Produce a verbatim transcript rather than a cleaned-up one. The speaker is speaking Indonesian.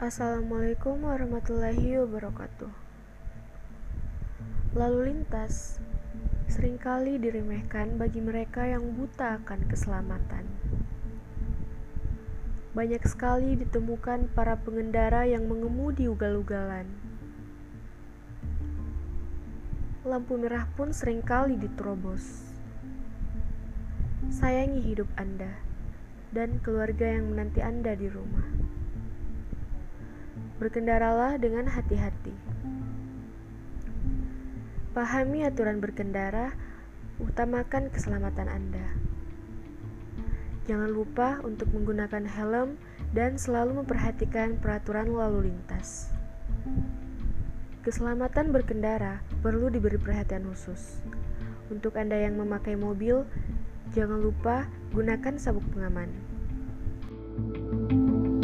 Assalamualaikum warahmatullahi wabarakatuh. Lalu lintas seringkali diremehkan bagi mereka yang buta akan keselamatan. Banyak sekali ditemukan para pengendara yang mengemudi ugal-ugalan. Lampu merah pun seringkali diterobos. Sayangi hidup Anda dan keluarga yang menanti Anda di rumah. Berkendaralah dengan hati-hati. Pahami aturan berkendara, utamakan keselamatan Anda. Jangan lupa untuk menggunakan helm dan selalu memperhatikan peraturan lalu lintas. Keselamatan berkendara perlu diberi perhatian khusus. Untuk Anda yang memakai mobil, jangan lupa gunakan sabuk pengaman.